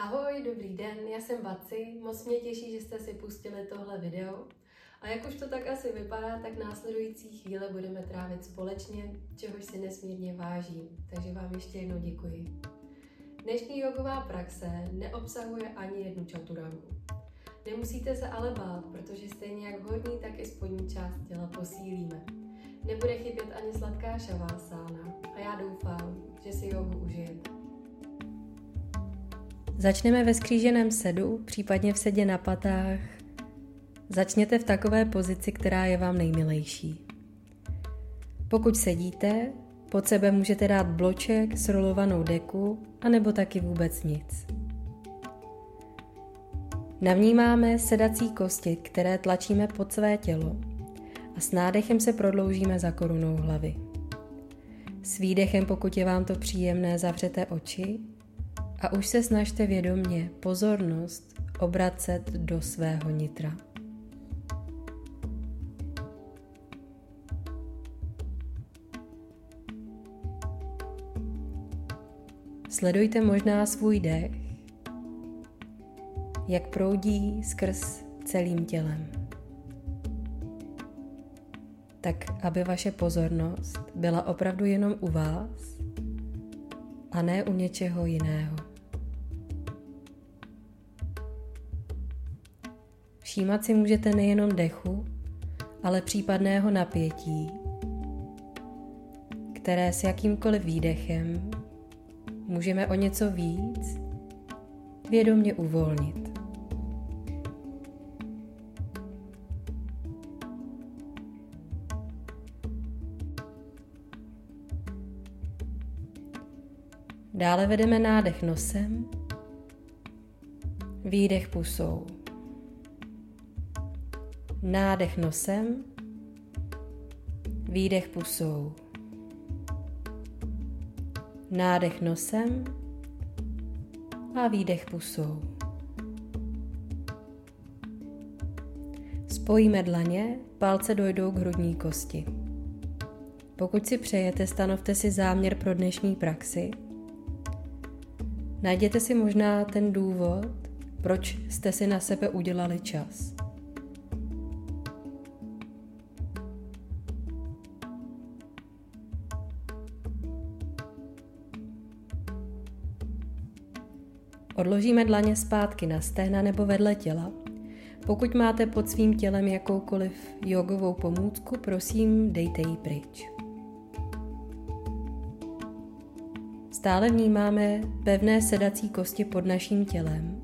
Ahoj, dobrý den, já jsem Baci, moc mě těší, že jste si pustili tohle video. A jak už to tak asi vypadá, tak následující chvíle budeme trávit společně, čehož si nesmírně vážím, takže vám ještě jednou děkuji. Dnešní jogová praxe neobsahuje ani jednu čaturangu. Nemusíte se ale bát, protože stejně jak horní, tak i spodní část těla posílíme. Nebude chybět ani sladká šavásána a já doufám, že si jogu užijete. Začneme ve skříženém sedu, případně v sedě na patách. Začněte v takové pozici, která je vám nejmilejší. Pokud sedíte, pod sebe můžete dát bloček, srolovanou deku, anebo taky vůbec nic. Navnímáme sedací kosti, které tlačíme pod své tělo a s nádechem se prodloužíme za korunou hlavy. S výdechem, pokud je vám to příjemné, zavřete oči a už se snažte vědomě pozornost obracet do svého nitra. Sledujte možná svůj dech, jak proudí skrz celým tělem. Tak, aby vaše pozornost byla opravdu jenom u vás a ne u něčeho jiného. Všímat si můžete nejenom dechu, ale případného napětí, které s jakýmkoliv výdechem můžeme o něco víc vědomě uvolnit. Dále vedeme nádech nosem, výdech pusou. Nádech nosem, výdech pusou. Nádech nosem a výdech pusou. Spojíme dlaně, palce dojdou k hrudní kosti. Pokud si přejete, stanovte si záměr pro dnešní praxi. Najděte si možná ten důvod, proč jste si na sebe udělali čas. Odložíme dlaně zpátky na stehna nebo vedle těla. Pokud máte pod svým tělem jakoukoliv jogovou pomůcku, prosím, dejte ji pryč. Stále vnímáme pevné sedací kosti pod naším tělem.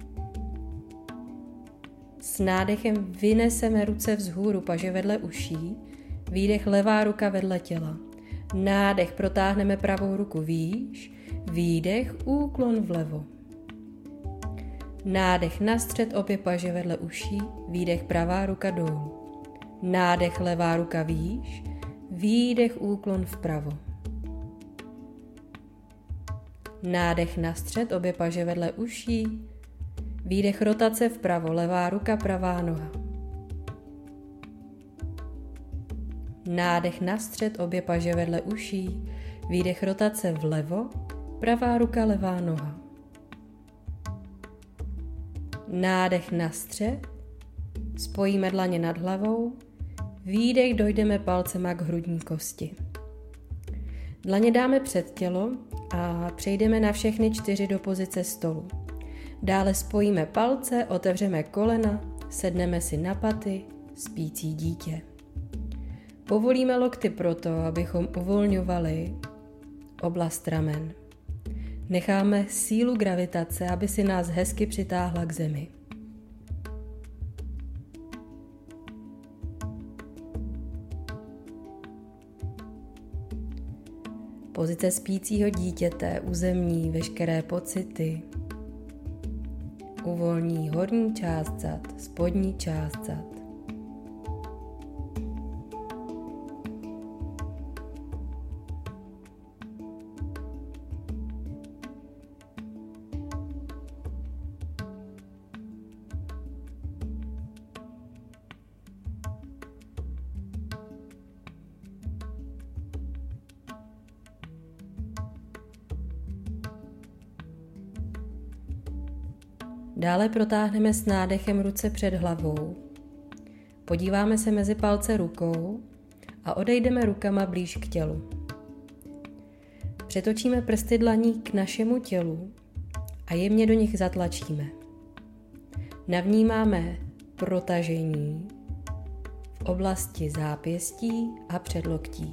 S nádechem vyneseme ruce vzhůru, paže vedle uší, výdech levá ruka vedle těla. Nádech protáhneme pravou ruku výš, výdech úklon vlevo. Nádech na střed, obě paže vedle uší, výdech pravá ruka dolů. Nádech levá ruka výš, výdech úklon vpravo. Nádech na střed, obě paže vedle uší, výdech rotace vpravo, levá ruka, pravá noha. Nádech na střed, obě paže vedle uší, výdech rotace vlevo, pravá ruka, levá noha. Nádech na střed, spojíme dlaně nad hlavou, výdech, dojdeme palcema k hrudní kosti. Dlaně dáme před tělo a přejdeme na všechny 4 do pozice stolu. Dále spojíme palce, otevřeme kolena, sedneme si na paty, spící dítě. Povolíme lokty proto, abychom uvolňovali oblast ramen. Necháme sílu gravitace, aby si nás hezky přitáhla k zemi. Pozice spícího dítěte uzemní veškeré pocity. Uvolní horní část zad, spodní část zad. Dále protáhneme s nádechem ruce před hlavou. Podíváme se mezi palce rukou a odejdeme rukama blíž k tělu. Přetočíme prsty dlaní k našemu tělu a jemně do nich zatlačíme. Navnímáme protažení v oblasti zápěstí a předloktí.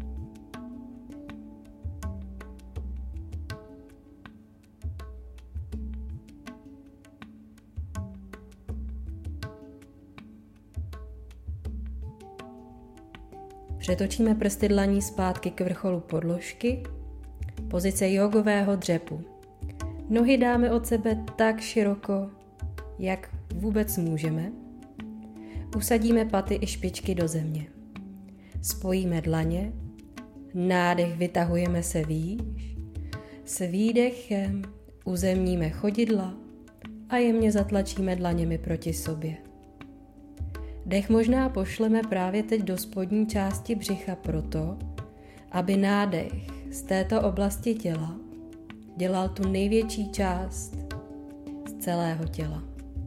Přetočíme prsty dlaní zpátky k vrcholu podložky, pozice jogového dřepu. Nohy dáme od sebe tak široko, jak vůbec můžeme. Usadíme paty i špičky do země. Spojíme dlaně, nádech vytahujeme se výš, s výdechem uzemníme chodidla a jemně zatlačíme dlaněmi proti sobě. Dech možná pošleme právě teď do spodní části břicha proto, aby nádech z této oblasti těla dělal tu největší část z celého těla.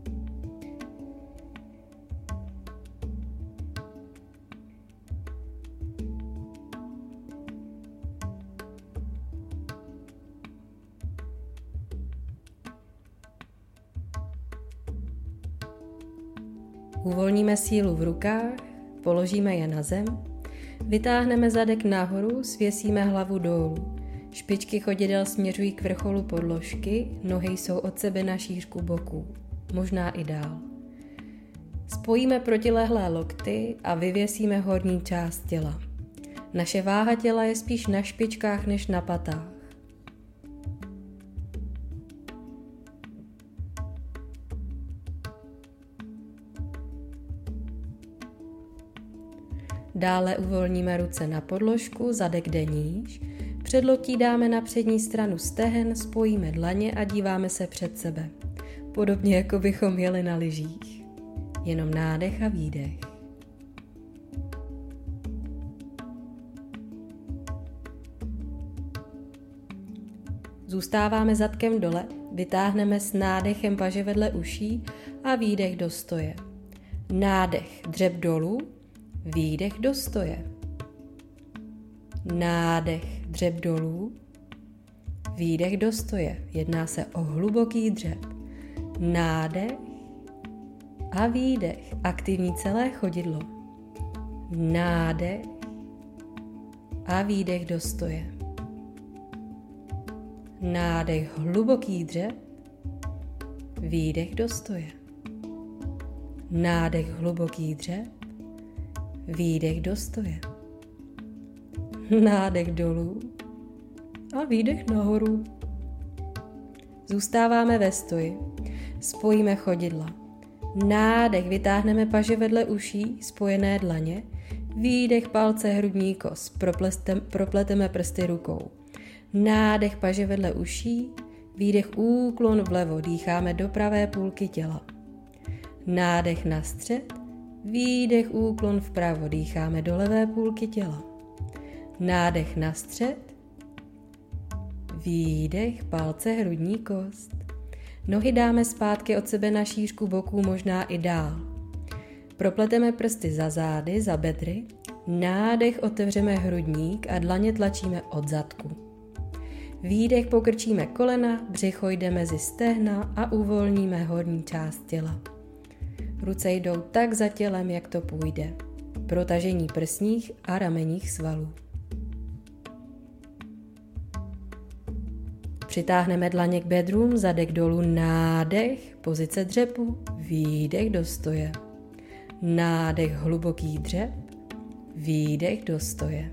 Uvolníme sílu v rukách, položíme je na zem, vytáhneme zadek nahoru, svěsíme hlavu dolů. Špičky chodidel směřují k vrcholu podložky, nohy jsou od sebe na šířku boků, možná i dál. Spojíme protilehlé lokty a vyvěsíme horní část těla. Naše váha těla je spíš na špičkách než na patách. Dále uvolníme ruce na podložku, zadek jde níž, předloktí dáme na přední stranu stehen, spojíme dlaně a díváme se před sebe. Podobně jako bychom jeli na lyžích. Jenom nádech a výdech. Zůstáváme zadkem dole, vytáhneme s nádechem paže vedle uší a výdech do stoje. Nádech dřep dolů, výdech do stoje. Nádech dřep dolů, výdech do stoje. Jedná se o hluboký dřep. Nádech a výdech. Aktivní celé chodidlo. Nádech a výdech do stoje. Nádech hluboký dřep, výdech do stoje. Nádech hluboký dřep, výdech do stoje. Nádech dolů a výdech nahoru. Zůstáváme ve stoji. Spojíme chodidla. Nádech, vytáhneme paže vedle uší, spojené dlaně. Výdech, palce, hrudní kost. Propleteme prsty rukou. Nádech, paže vedle uší. Výdech, úklon vlevo. Dýcháme do pravé půlky těla. Nádech na střed. Výdech, úklon vpravo. Dýcháme do levé půlky těla. Nádech na střed. Výdech, palce, hrudní kost. Nohy dáme zpátky od sebe na šířku boků, možná i dál. Propleteme prsty za zády, za bedry. Nádech, otevřeme hrudník a dlaně tlačíme od zadku. Výdech, pokrčíme kolena, břicho jde mezi stehna a uvolníme horní část těla. Ruce jdou tak za tělem, jak to půjde. Protažení prsních a ramenních svalů. Přitáhneme dlaně k bedrům, zadek dolů, nádech, pozice dřepu, výdech do stoje. Nádech, hluboký dřep, výdech do stoje.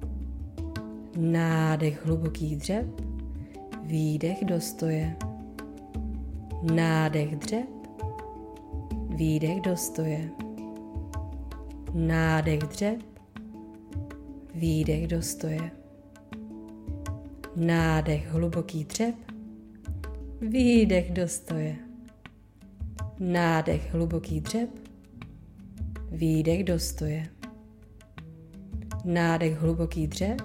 Nádech, hluboký dřep, výdech do stoje. Nádech dřep, výdech do stoje. Nádech dřep, výdech do stoje. Nádech, hluboký dřep, výdech do stoje. Nádech, hluboký dřep, výdech do stoje. Nádech, hluboký dřep,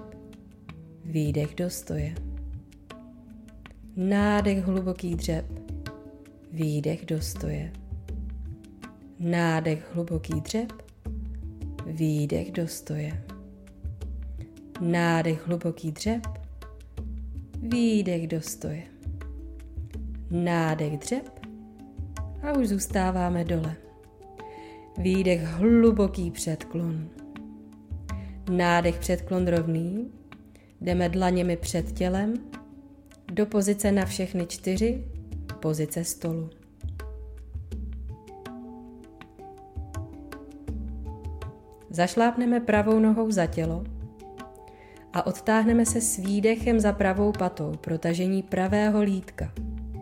výdech do stoje. Nádech, hluboký dřep, výdech do stoje. Nádech hluboký dřep, výdech do stoje. Nádech hluboký dřep, výdech do stoje. Nádech dřep a už zůstáváme dole. Výdech hluboký předklon. Nádech předklon rovný. Jdeme dlaněmi před tělem do pozice na všechny 4, pozice stolu. Zašlápneme pravou nohou za tělo a odtáhneme se s výdechem za pravou patou pro tažení pravého lítka.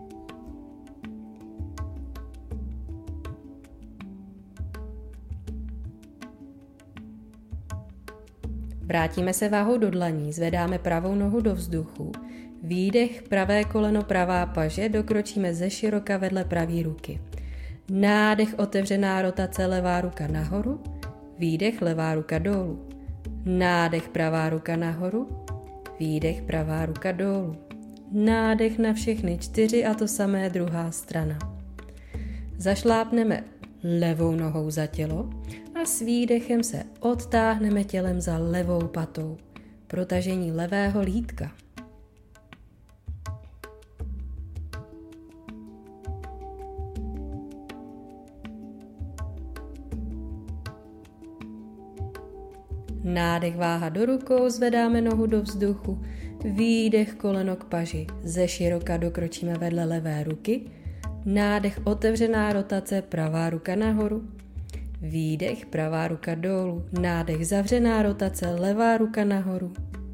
Vrátíme se váhou do dlaní, zvedáme pravou nohu do vzduchu, výdech, pravé koleno, pravá paže, dokročíme ze široka vedle pravé ruky. Nádech, otevřená rotace, levá ruka nahoru, výdech, levá ruka dolů. Nádech, pravá ruka nahoru, výdech, pravá ruka dolů. Nádech na všechny 4 a to samé druhá strana. Zašlápneme levou nohou za tělo a s výdechem se odtáhneme tělem za levou patou pro tažení levého lítka. Nádech, váha do rukou, zvedáme nohu do vzduchu, výdech, koleno k paži, ze široka dokročíme vedle levé ruky, nádech, otevřená rotace, pravá ruka nahoru, výdech, pravá ruka dolů, nádech, zavřená rotace, levá ruka nahoru,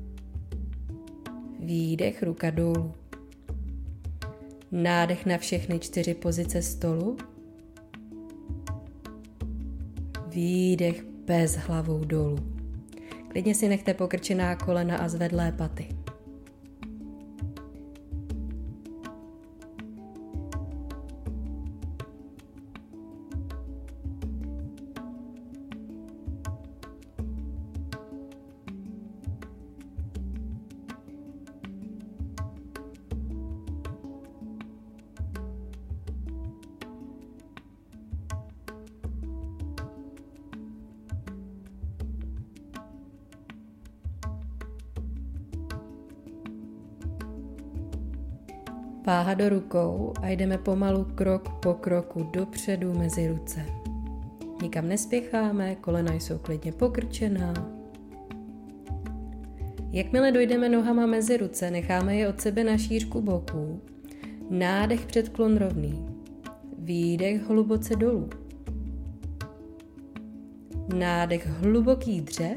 výdech, ruka dolů. Nádech na všechny 4 pozice stolu, výdech bez hlavou dolů. Klidně si nechte pokrčená kolena a zvedlé paty. Váha do rukou a jdeme pomalu krok po kroku dopředu mezi ruce. Nikam nespěcháme, kolena jsou klidně pokrčená. Jakmile dojdeme nohama mezi ruce, necháme je od sebe na šířku boků. Nádech, předklon rovný. Výdech, hluboce dolů. Nádech, hluboký dřep.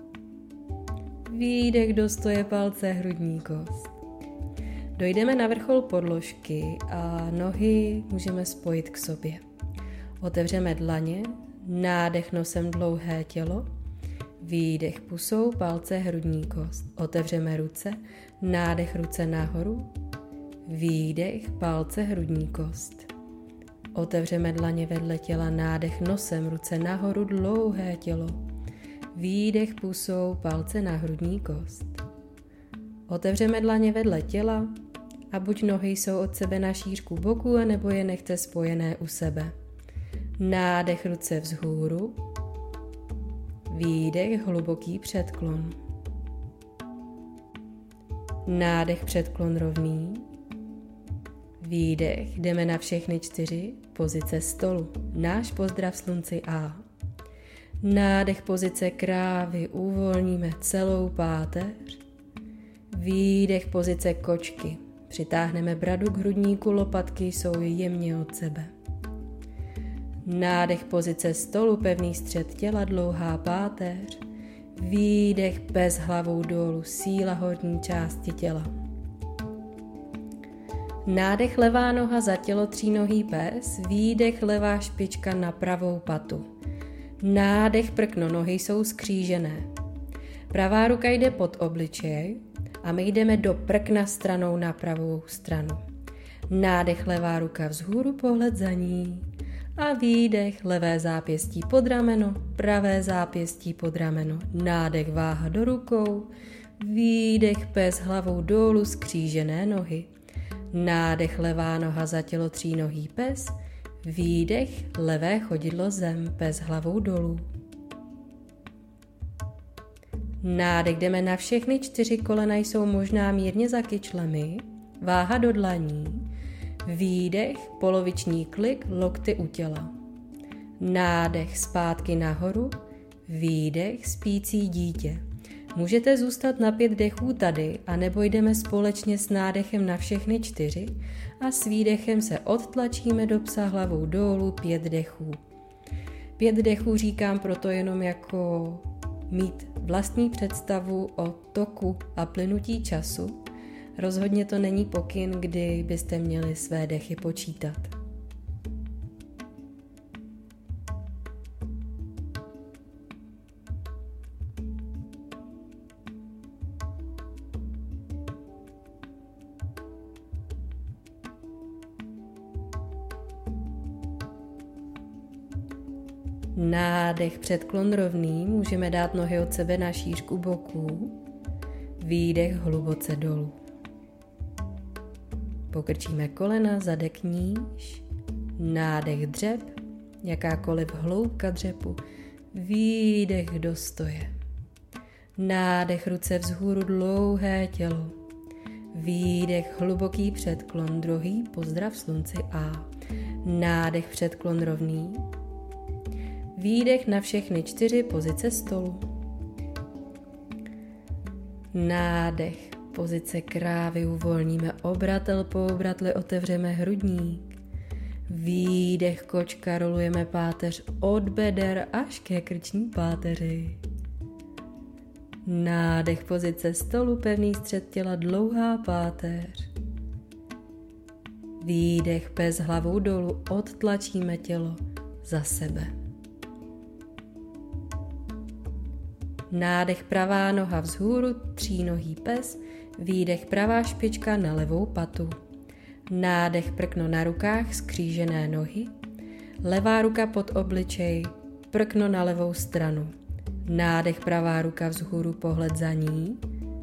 Výdech do stoje, palce, hrudní kost. Dojdeme na vrchol podložky a nohy můžeme spojit k sobě. Otevřeme dlaně, nádech nosem, dlouhé tělo, výdech pusou, palce, hrudní kost. Otevřeme ruce, nádech, ruce nahoru, výdech, palce, hrudní kost. Otevřeme dlaně vedle těla, nádech nosem, ruce nahoru, dlouhé tělo, výdech pusou, palce na hrudní kost. Otevřeme dlaně vedle těla a buď nohy jsou od sebe na šířku boku, nebo je nechte spojené u sebe. Nádech, ruce vzhůru, výdech, hluboký předklon. Nádech, předklon rovný, výdech, jdeme na všechny 4, pozice stolu, náš pozdrav slunci A. Nádech, pozice krávy, uvolníme celou páteř, výdech, pozice kočky. Přitáhneme bradu k hrudníku, lopatky jsou jemně od sebe. Nádech, pozice stolu, pevný střed těla, dlouhá páteř. Výdech, bez hlavou dolů, síla horní části těla. Nádech, levá noha za tělo, třínohý pes. Výdech, levá špička na pravou patu. Nádech, prkno, nohy jsou skřížené. Pravá ruka jde pod obličej a my jdeme do prkna stranou na pravou stranu. Nádech, levá ruka vzhůru, pohled za ní. A výdech, levé zápěstí pod rameno, pravé zápěstí pod rameno. Nádech, váha do rukou. Výdech, pes hlavou dolů, skřížené nohy. Nádech, levá noha za tělo, třínohý pes. Výdech, levé chodidlo zem, pes hlavou dolů. Nádech, jdeme na všechny 4 kolena, jsou možná mírně za kyčlemi, váha do dlaní. Výdech, poloviční klik, lokty u těla. Nádech, zpátky nahoru. Výdech, spící dítě. Můžete zůstat na 5 dechů tady, anebo jdeme společně s nádechem na všechny 4 a s výdechem se odtlačíme do psa hlavou dolů 5 dechů. 5 dechů říkám proto jenom jako mít vlastní představu o toku a plynutí času. Rozhodně to není pokyn, kdy byste měli své dechy počítat. Nádech, předklon rovný, můžeme dát nohy od sebe na šířku boků. Výdech, hluboce dolů. Pokrčíme kolena, zadek níž. Nádech, dřep, jakákoliv hloubka dřepu. Výdech do stoje. Nádech, ruce vzhůru, dlouhé tělo. Výdech, hluboký předklon, druhý pozdrav slunci A. Nádech, předklon rovný. Výdech na všechny 4 pozice stolu. Nádech, pozice krávy, uvolníme obratel po obratli, otevřeme hrudník. Výdech, kočka, rolujeme páteř od beder až ke krční páteři. Nádech, pozice stolu, pevný střed těla, dlouhá páteř. Výdech, pes hlavou dolů, odtlačíme tělo za sebe. Nádech, pravá noha vzhůru, třínohý pes. Výdech, pravá špička na levou patu. Nádech, prkno na rukách, skřížené nohy. Levá ruka pod obličej, prkno na levou stranu. Nádech, pravá ruka vzhůru, pohled za ní.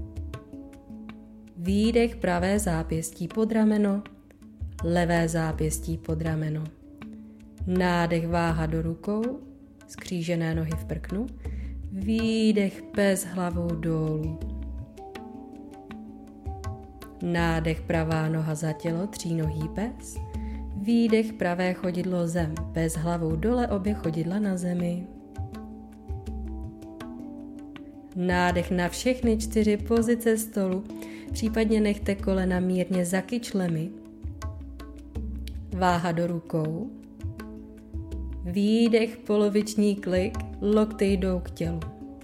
Výdech, pravé zápěstí pod rameno, levé zápěstí pod rameno. Nádech, váha do rukou, skřížené nohy v prknu. Výdech, pes hlavou dolů. Nádech, pravá noha za tělo, třínohý pes. Výdech, pravé chodidlo zem, pes hlavou dole, obě chodidla na zemi. Nádech na všechny 4 pozice stolu, případně nechte kolena mírně za kyčlemi. Váha do rukou. Výdech, poloviční klik, lokty jdou k tělu.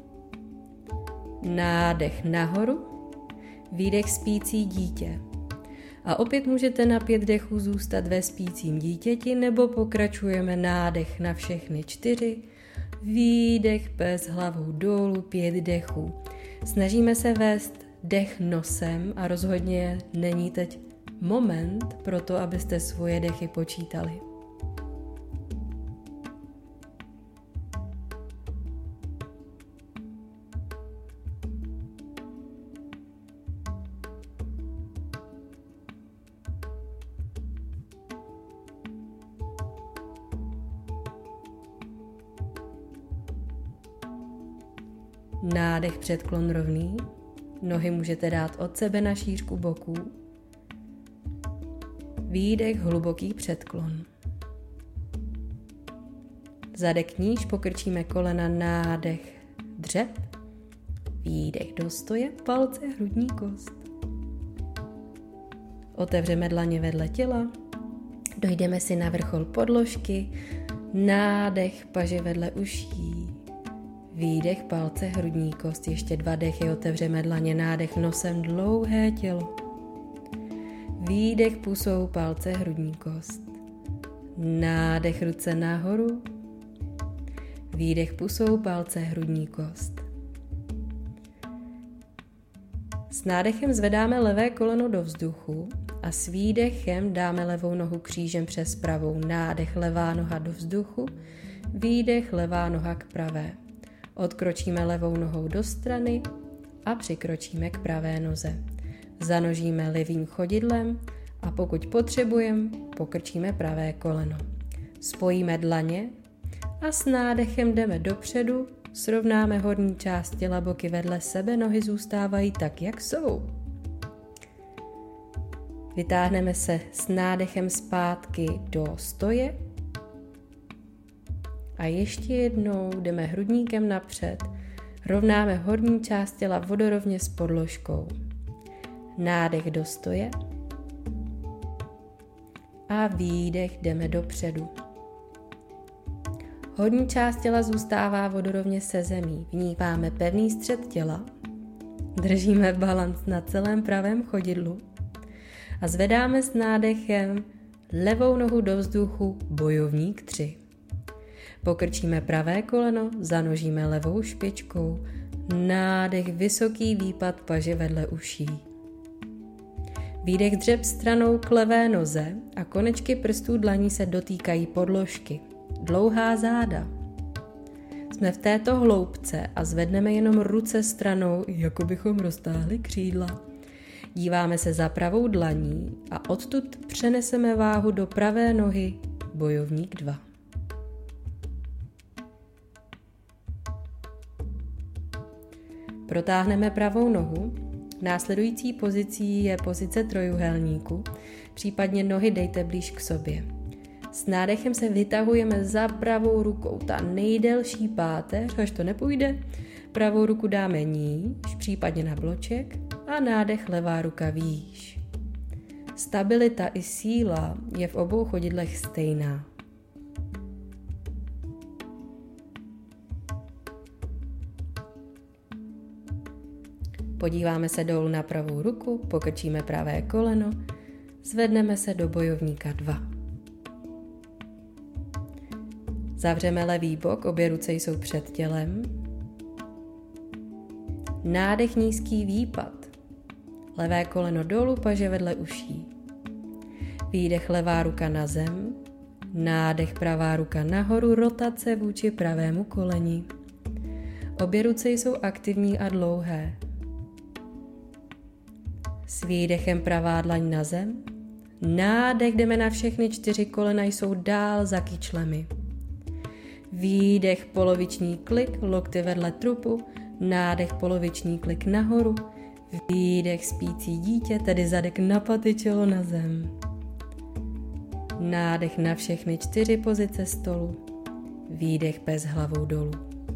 Nádech nahoru, výdech, spící dítě. A opět můžete na 5 dechů zůstat ve spícím dítěti, nebo pokračujeme nádech na všechny 4, výdech, pes hlavou dolů, 5 dechů. Snažíme se vést dech nosem a rozhodně není teď moment pro to, abyste svoje dechy počítali. Nádech, předklon rovný. Nohy můžete dát od sebe na šířku boků. Výdech, hluboký předklon. Zadek níž, pokrčíme kolena, nádech, dřep. Výdech do stoje, palce, hrudní kost. Otevřeme dlaně vedle těla. Dojdeme si na vrchol podložky. Nádech, paže vedle uší. Výdech, palce, hrudní kost, ještě 2 dechy, otevřeme dlaně, nádech nosem, dlouhé tělo. Výdech, pusou, palce, hrudní kost. Nádech, ruce nahoru. Výdech, pusou, palce, hrudní kost. S nádechem zvedáme levé koleno do vzduchu a s výdechem dáme levou nohu křížem přes pravou. Nádech, levá noha do vzduchu. Výdech, levá noha k pravé. Odkročíme levou nohou do strany a přikročíme k pravé noze. Zanožíme levým chodidlem A pokud potřebujeme, pokrčíme pravé koleno. Spojíme dlaně a s nádechem jdeme dopředu, srovnáme horní část těla, boky vedle sebe, nohy zůstávají tak, jak jsou. Vytáhneme se s nádechem zpátky do stoje a ještě jednou jdeme hrudníkem napřed, rovnáme horní část těla vodorovně s podložkou. Nádech do stoje a výdech, jdeme dopředu. Horní část těla zůstává vodorovně se zemí, vnímáme pevný střed těla, držíme balanc na celém pravém chodidlu a zvedáme s nádechem levou nohu do vzduchu, bojovník 3. Pokrčíme pravé koleno, zanožíme levou špičkou, nádech, vysoký výpad paže vedle uší. Výdech dřep stranou k levé noze a konečky prstů dlaní se dotýkají podložky. Dlouhá záda. Jsme v této hloubce a zvedneme jenom ruce stranou, jako bychom roztáhli křídla. Díváme se za pravou dlaní a odtud přeneseme váhu do pravé nohy, bojovník 2. Protáhneme pravou nohu. Následující pozicí je pozice trojúhelníku, případně nohy dejte blíž k sobě. S nádechem se vytahujeme za pravou rukou, ta nejdelší páteř, až to nepůjde, pravou ruku dáme níž, případně na bloček a nádech levá ruka výš. Stabilita i síla je v obou chodidlech stejná. Podíváme se dolů na pravou ruku, pokrčíme pravé koleno, zvedneme se do bojovníka 2. Zavřeme levý bok, obě ruce jsou před tělem. Nádech, nízký výpad. Levé koleno dolů, paže vedle uší. Výdech, levá ruka na zem. Nádech, pravá ruka nahoru, rotace vůči pravému koleni. Obě ruce jsou aktivní a dlouhé. S výdechem pravá dlaň na zem. Nádech, jdeme na všechny 4 kolena, jsou dál za kyčlemi. Výdech, poloviční klik, lokty vedle trupu, nádech, poloviční klik nahoru, výdech, spící dítě, tedy zadek na paty, čelo na zem. Nádech na všechny 4 pozice stolu, výdech pes hlavou dolů.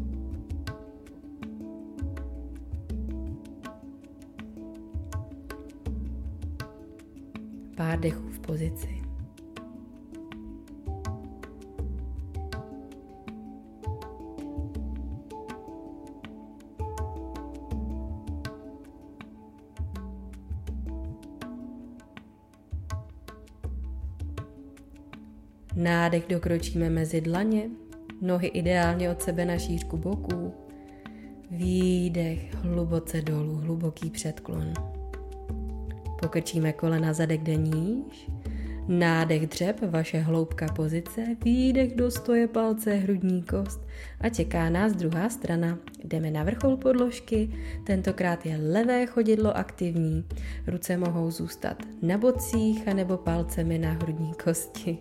Pár dechů v pozici. Nádech, dokročíme mezi dlaně, nohy ideálně od sebe na šířku boků. Výdech, hluboce dolů, hluboký předklon. Pokrčíme kolena, zadek jde níž. Nádech dřep, vaše hloubka pozice, výdech do stoje, palce, hrudní kost a čeká nás druhá strana. Jdeme na vrchol podložky, tentokrát je levé chodidlo aktivní, ruce mohou zůstat na bocích a nebo palcemi na hrudní kosti.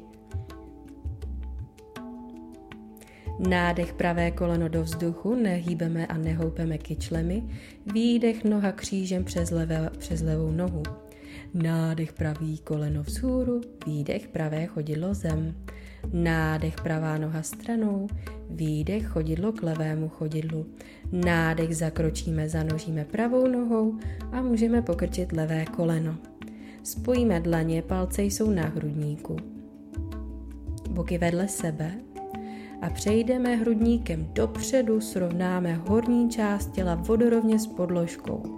Nádech, pravé koleno do vzduchu, nehýbeme a nehoupeme kyčlemi, výdech, noha křížem přes levou nohu. Nádech, pravý koleno vzhůru, výdech, pravé chodidlo zem. Nádech, pravá noha stranou, výdech, chodidlo k levému chodidlu. Nádech, zakročíme, zanožíme pravou nohou a můžeme pokrčit levé koleno. Spojíme dlaně, palce jsou na hrudníku. Boky vedle sebe a přejdeme hrudníkem dopředu, srovnáme horní část těla vodorovně s podložkou.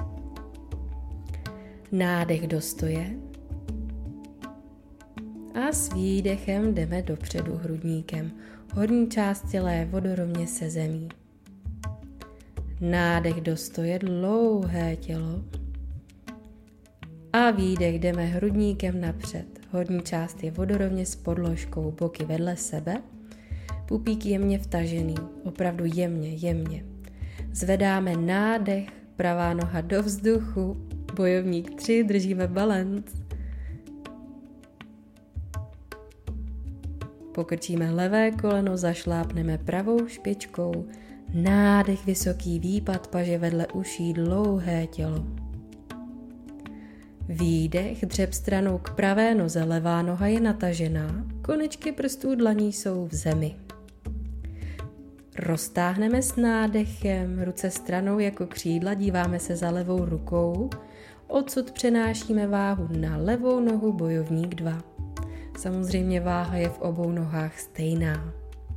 Nádech do stoje a s výdechem jdeme dopředu hrudníkem. Horní část těla je vodorovně se zemí. Nádech do stoje, dlouhé tělo. A výdech, jdeme hrudníkem napřed. Horní část je vodorovně s podložkou, boky vedle sebe. Pupík jemně vtažený, opravdu jemně. Zvedáme nádech, pravá noha do vzduchu, bojovník 3, držíme balanc. Pokrčíme levé koleno, zašlápneme pravou špičkou. Nádech, vysoký výpad paže vedle uší, dlouhé tělo. Výdech, dřep stranou k pravé noze, levá noha je natažená, konečky prstů dlaní jsou v zemi. Roztáhneme s nádechem, ruce stranou jako křídla, díváme se za levou rukou, odsud přenášíme váhu na levou nohu, bojovník 2. Samozřejmě váha je v obou nohách stejná.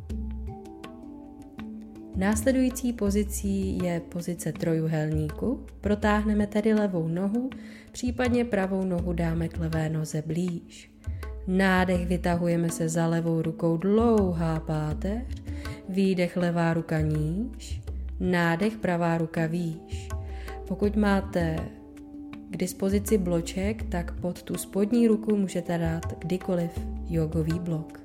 Následující pozicí je pozice trojúhelníku. Protáhneme tedy levou nohu, případně pravou nohu dáme k levé noze blíž. Nádech, vytahujeme se za levou rukou, dlouhá páteř. Výdech, levá ruka níž. Nádech, pravá ruka výš. Pokud máte k dispozici bloček, tak pod tu spodní ruku můžete dát kdykoliv jogový blok.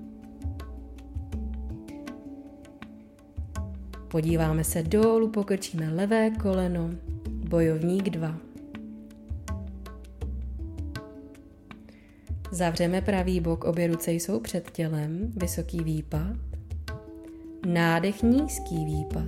Podíváme se dolů, pokrčíme levé koleno, bojovník 2. Zavřeme pravý bok, obě ruce jsou před tělem, vysoký výpad. Nádech, nízký výpad.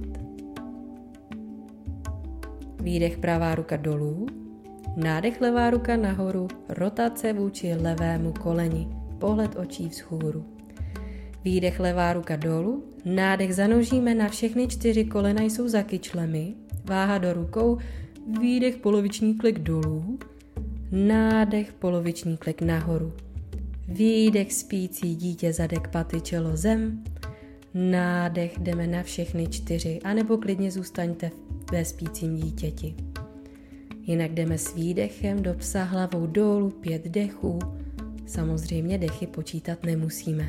Výdech, pravá ruka dolů. Nádech, levá ruka nahoru, rotace vůči levému koleni, pohled očí vzhůru. Výdech, levá ruka dolů, nádech, zanožíme na všechny 4 kolena, jsou za kyčlemi, váha do rukou, výdech, poloviční klik dolů, nádech, poloviční klik nahoru. Výdech, spící dítě, zadek, paty, čelo, zem, nádech, jdeme na všechny 4, anebo klidně zůstaňte ve spícím dítěti. Jinak jdeme s výdechem do psa, hlavou dolů, 5 dechů. Samozřejmě dechy počítat nemusíme.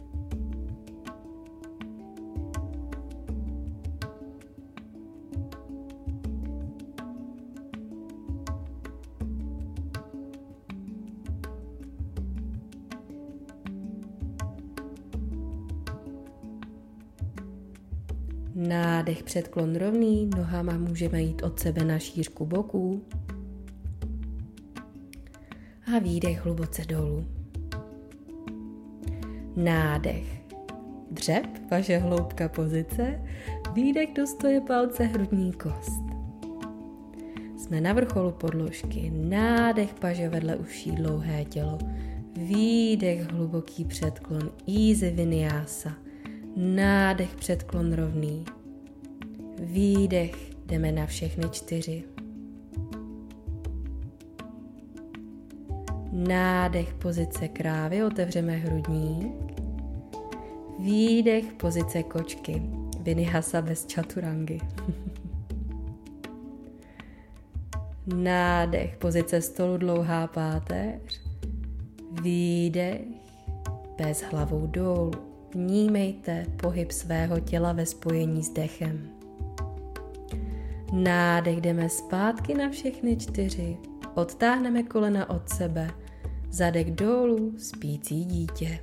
Nádech, předklon rovný, nohama můžeme jít od sebe na šířku boků. A výdech, hluboce dolů. Nádech, dřep, vaše hloubka pozice. Výdech, do stoje palce, hrudní kost. Jsme na vrcholu podložky. Nádech, paže vedle uší, dlouhé tělo. Výdech, hluboký předklon, easy vinyasa. Nádech, předklon rovný. Výdech, jdeme na všechny 4. Nádech, pozice krávy, otevřeme hrudník. Výdech, pozice kočky, vinyasa bez čaturangy. Nádech, pozice stolu, dlouhá páteř. Výdech, bez hlavou dolů. Vnímejte pohyb svého těla ve spojení s dechem. Nádech, jdeme zpátky na všechny 4. Odtáhneme kolena od sebe. Zadek dolů, spící dítě.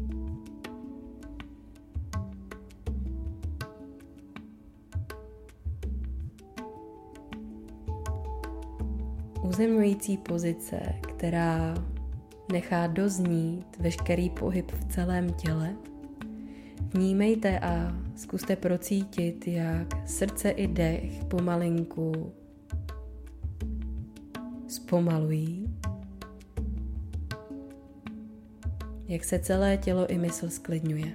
Uzemňující pozice, která nechá doznít veškerý pohyb v celém těle. Vnímejte a zkuste procítit, jak srdce i dech pomalinku zpomalují, jak se celé tělo i mysl zklidňuje.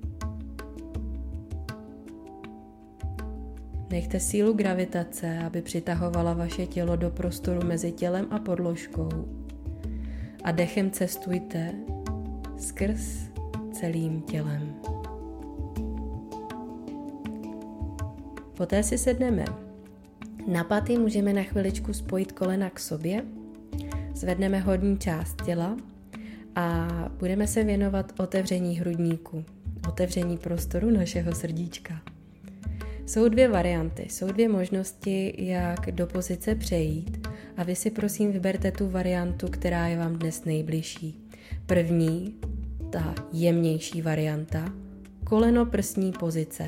Nechte sílu gravitace, aby přitahovala vaše tělo do prostoru mezi tělem a podložkou a dechem cestujte skrz celým tělem. Poté si sedneme. Na paty můžeme na chviličku spojit kolena k sobě, zvedneme horní část těla a budeme se věnovat otevření hrudníku, otevření prostoru našeho srdíčka. Jsou 2 varianty, jsou 2 možnosti, jak do pozice přejít a vy si prosím vyberte tu variantu, která je vám dnes nejbližší. První, ta jemnější varianta, koleno-prsní pozice.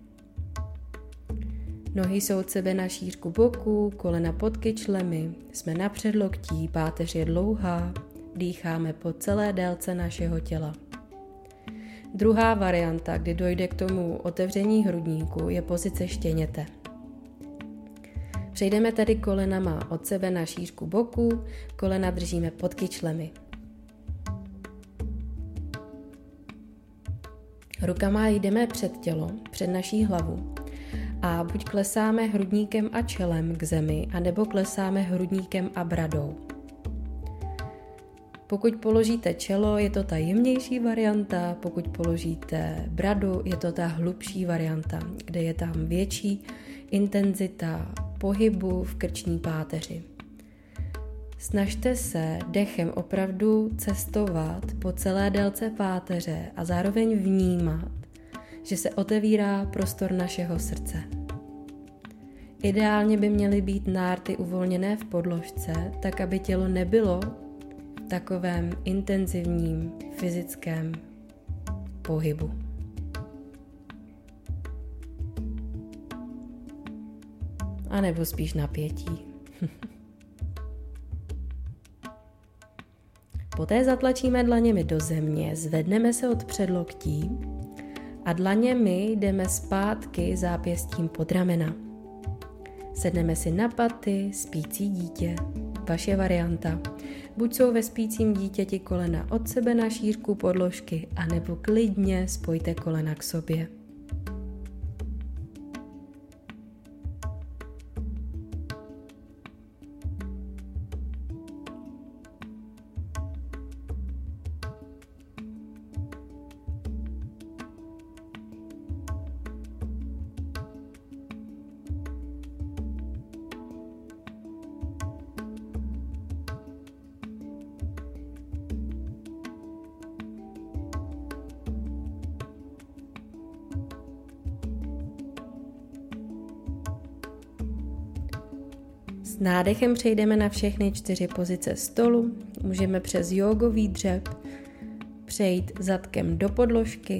Nohy jsou od sebe na šířku boků, kolena pod kyčlemi, jsme na předloktí, páteř je dlouhá, dýcháme po celé délce našeho těla. Druhá varianta, kdy dojde k tomu otevření hrudníku, je pozice štěněte. Přejdeme tedy kolenama od sebe na šířku boku, kolena držíme pod kyčlemi. Rukama jdeme před tělo, před naší hlavu a buď klesáme hrudníkem a čelem k zemi, anebo klesáme hrudníkem a bradou. Pokud položíte čelo, je to ta jemnější varianta, pokud položíte bradu, je to ta hlubší varianta, kde je tam větší intenzita pohybu v krční páteři. Snažte se dechem opravdu cestovat po celé délce páteře a zároveň vnímat, že se otevírá prostor našeho srdce. Ideálně by měly být nárty uvolněné v podložce, tak aby tělo nebylo v takovém intenzivním fyzickém pohybu. A nebo spíš napětí. Poté zatlačíme dlaněmi do země, zvedneme se od předloktí a dlaněmi jdeme zpátky zápěstím pod ramena. Sedneme si na paty, spící dítě. Vaše varianta. Buď jsou ve spícím dítěti kolena od sebe na šířku podložky, anebo klidně spojte kolena k sobě. S nádechem přejdeme na všechny 4 pozice stolu. Můžeme přes jógový dřep přejít zadkem do podložky,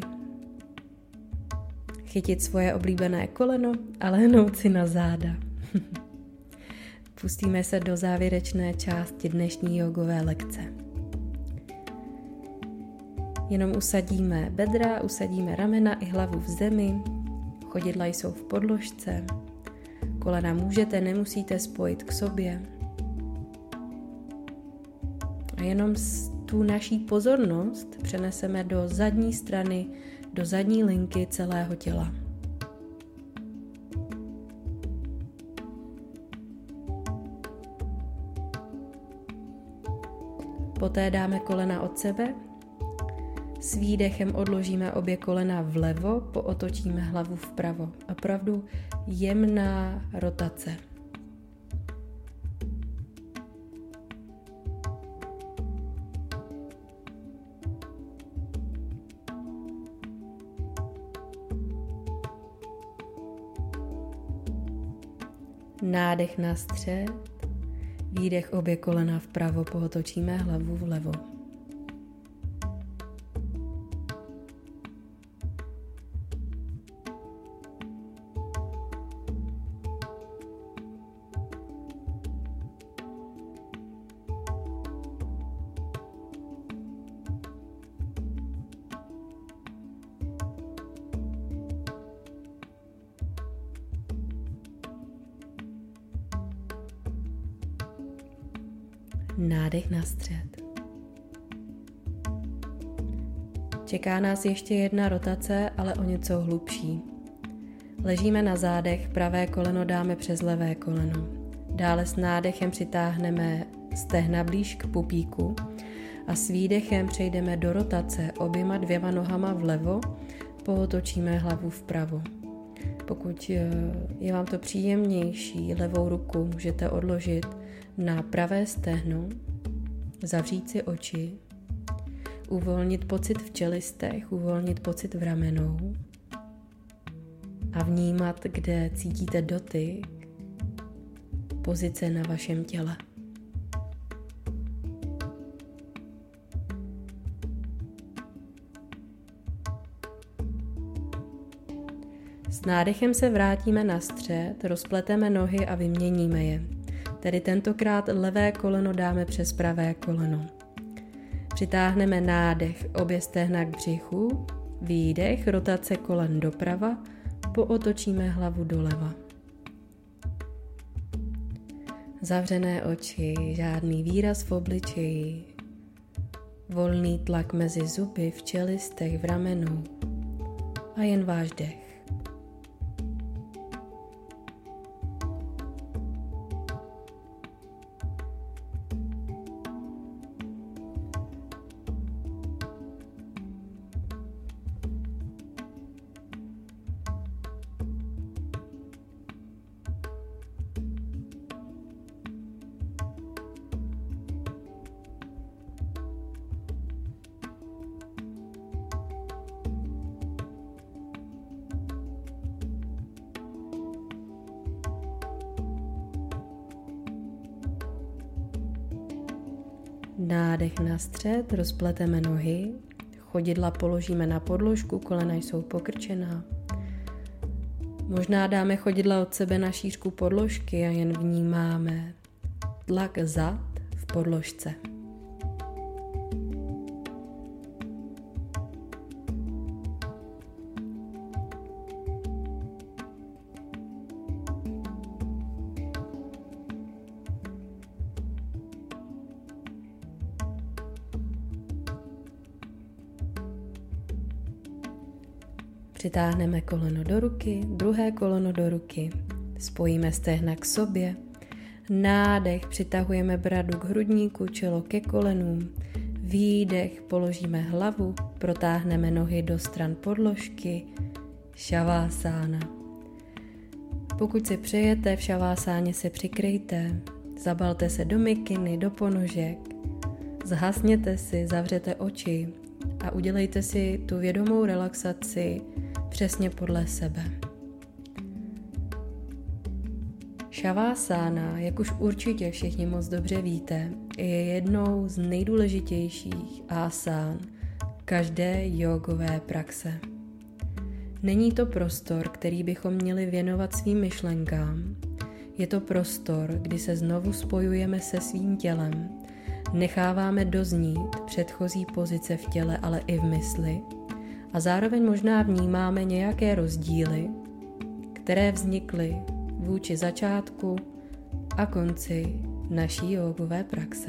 chytit svoje oblíbené koleno a lehnout si na záda. Pustíme se do závěrečné části dnešní jogové lekce. Jenom usadíme bedra, usadíme ramena i hlavu v zemi, chodidla jsou v podložce. Kolena můžete, nemusíte spojit k sobě. A jenom tu naší pozornost přeneseme do zadní strany, do zadní linky celého těla. Poté dáme kolena od sebe. S výdechem odložíme obě kolena vlevo, pootočíme hlavu vpravo. Opravdu jemná rotace. Nádech na střed, výdech obě kolena vpravo, pootočíme hlavu vlevo. Nádech na střed. Čeká nás ještě jedna rotace, ale o něco hlubší. Ležíme na zádech, pravé koleno dáme přes levé koleno. Dále s nádechem přitáhneme stehna blíž k pupíku a s výdechem přejdeme do rotace oběma 2 nohama vlevo, pootočíme hlavu vpravo. Pokud je vám to příjemnější, levou ruku můžete odložit na pravé stehno, zavřít si oči, uvolnit pocit v čelistech, uvolnit pocit v ramenou a vnímat, kde cítíte dotyk, pozice na vašem těle. S nádechem se vrátíme na střed, rozpleteme nohy a vyměníme je. Tedy tentokrát levé koleno dáme přes pravé koleno. Přitáhneme nádech obě stehna k břichu Výdech, rotace kolen doprava, pootočíme hlavu doleva. Zavřené oči, žádný výraz v obličeji, volný tlak mezi zuby, v čelistech, v ramenu a jen váš dech. Nádech na střed, rozpleteme nohy, chodidla položíme na podložku, kolena jsou pokrčená. Možná dáme chodidla od sebe na šířku podložky a jen vnímáme tlak zad v podložce. Přitáhneme koleno do ruky, druhé koleno do ruky, spojíme stehna k sobě, nádech, přitahujeme bradu k hrudníku, čelo ke kolenům, výdech, položíme hlavu, protáhneme nohy do stran podložky, šavásána. Pokud si přejete, v šavásáně se přikryjte, zabalte se do mikiny, do ponožek, zhasněte si, zavřete oči a udělejte si tu vědomou relaxaci přesně podle sebe. Šavásána, jak už určitě všichni moc dobře víte, je jednou z nejdůležitějších asán každé jogové praxe. Není to prostor, který bychom měli věnovat svým myšlenkám. Je to prostor, kdy se znovu spojujeme se svým tělem, necháváme doznít předchozí pozice v těle, ale i v mysli a zároveň možná vnímáme nějaké rozdíly, které vznikly vůči začátku a konci naší jogové praxe.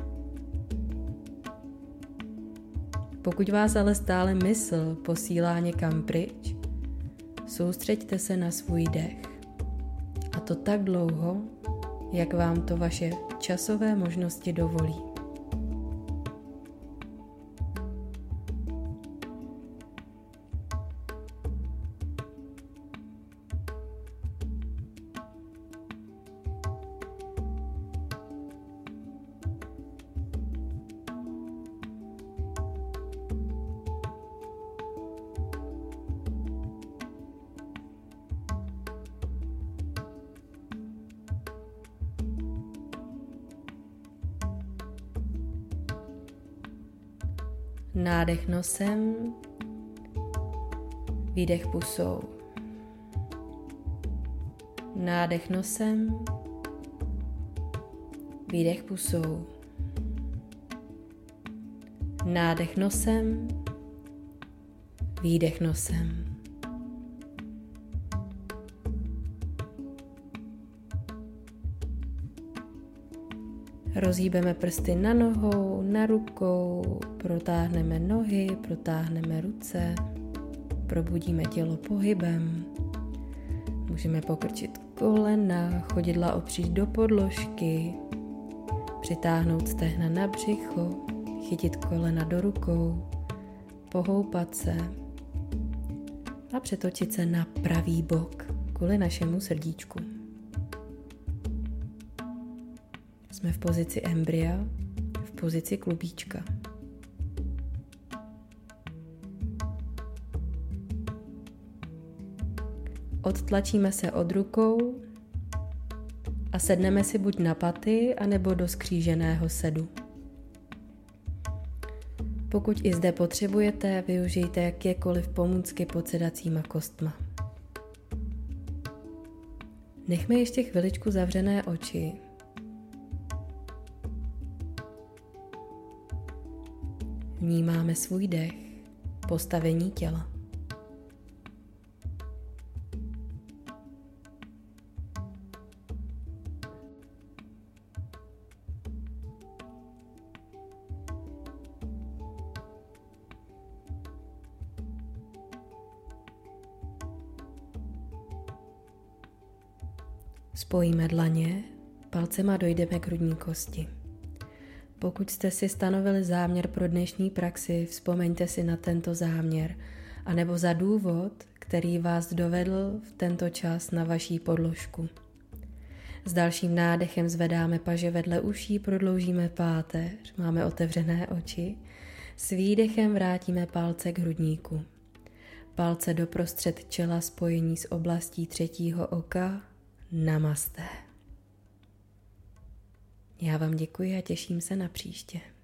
Pokud vás ale stále mysl posílá někam pryč, soustřeďte se na svůj dech. A to tak dlouho, jak vám to vaše časové možnosti dovolí. Nádech nosem, výdech pusou. Nádech nosem, výdech pusou. Nádech nosem, výdech nosem. Rozhýbeme prsty na nohou, na rukou, protáhneme nohy, protáhneme ruce, probudíme tělo pohybem. Můžeme pokrčit kolena, chodidla opřít do podložky, přitáhnout stehna na břicho, chytit kolena do rukou, pohoupat se a přetočit se na pravý bok kvůli našemu srdíčku. Jsme v pozici embrya, v pozici klubíčka. Odtlačíme se od rukou a sedneme si buď na paty, anebo do skříženého sedu. Pokud i zde potřebujete, využijte jakékoliv pomůcky pod sedacíma kostma. Nechme ještě chviličku zavřené oči. Vnímáme svůj dech. Postavení těla. Spojíme dlaně, palcema dojdeme k hrudní kosti. Pokud jste si stanovili záměr pro dnešní praxi, vzpomeňte si na tento záměr, anebo za důvod, který vás dovedl v tento čas na vaší podložku. S dalším nádechem zvedáme paže vedle uší, prodloužíme páteř, máme otevřené oči. S výdechem vrátíme palce k hrudníku. Palce doprostřed čela, spojení s oblastí třetího oka. Namaste. Já vám děkuji a těším se na příště.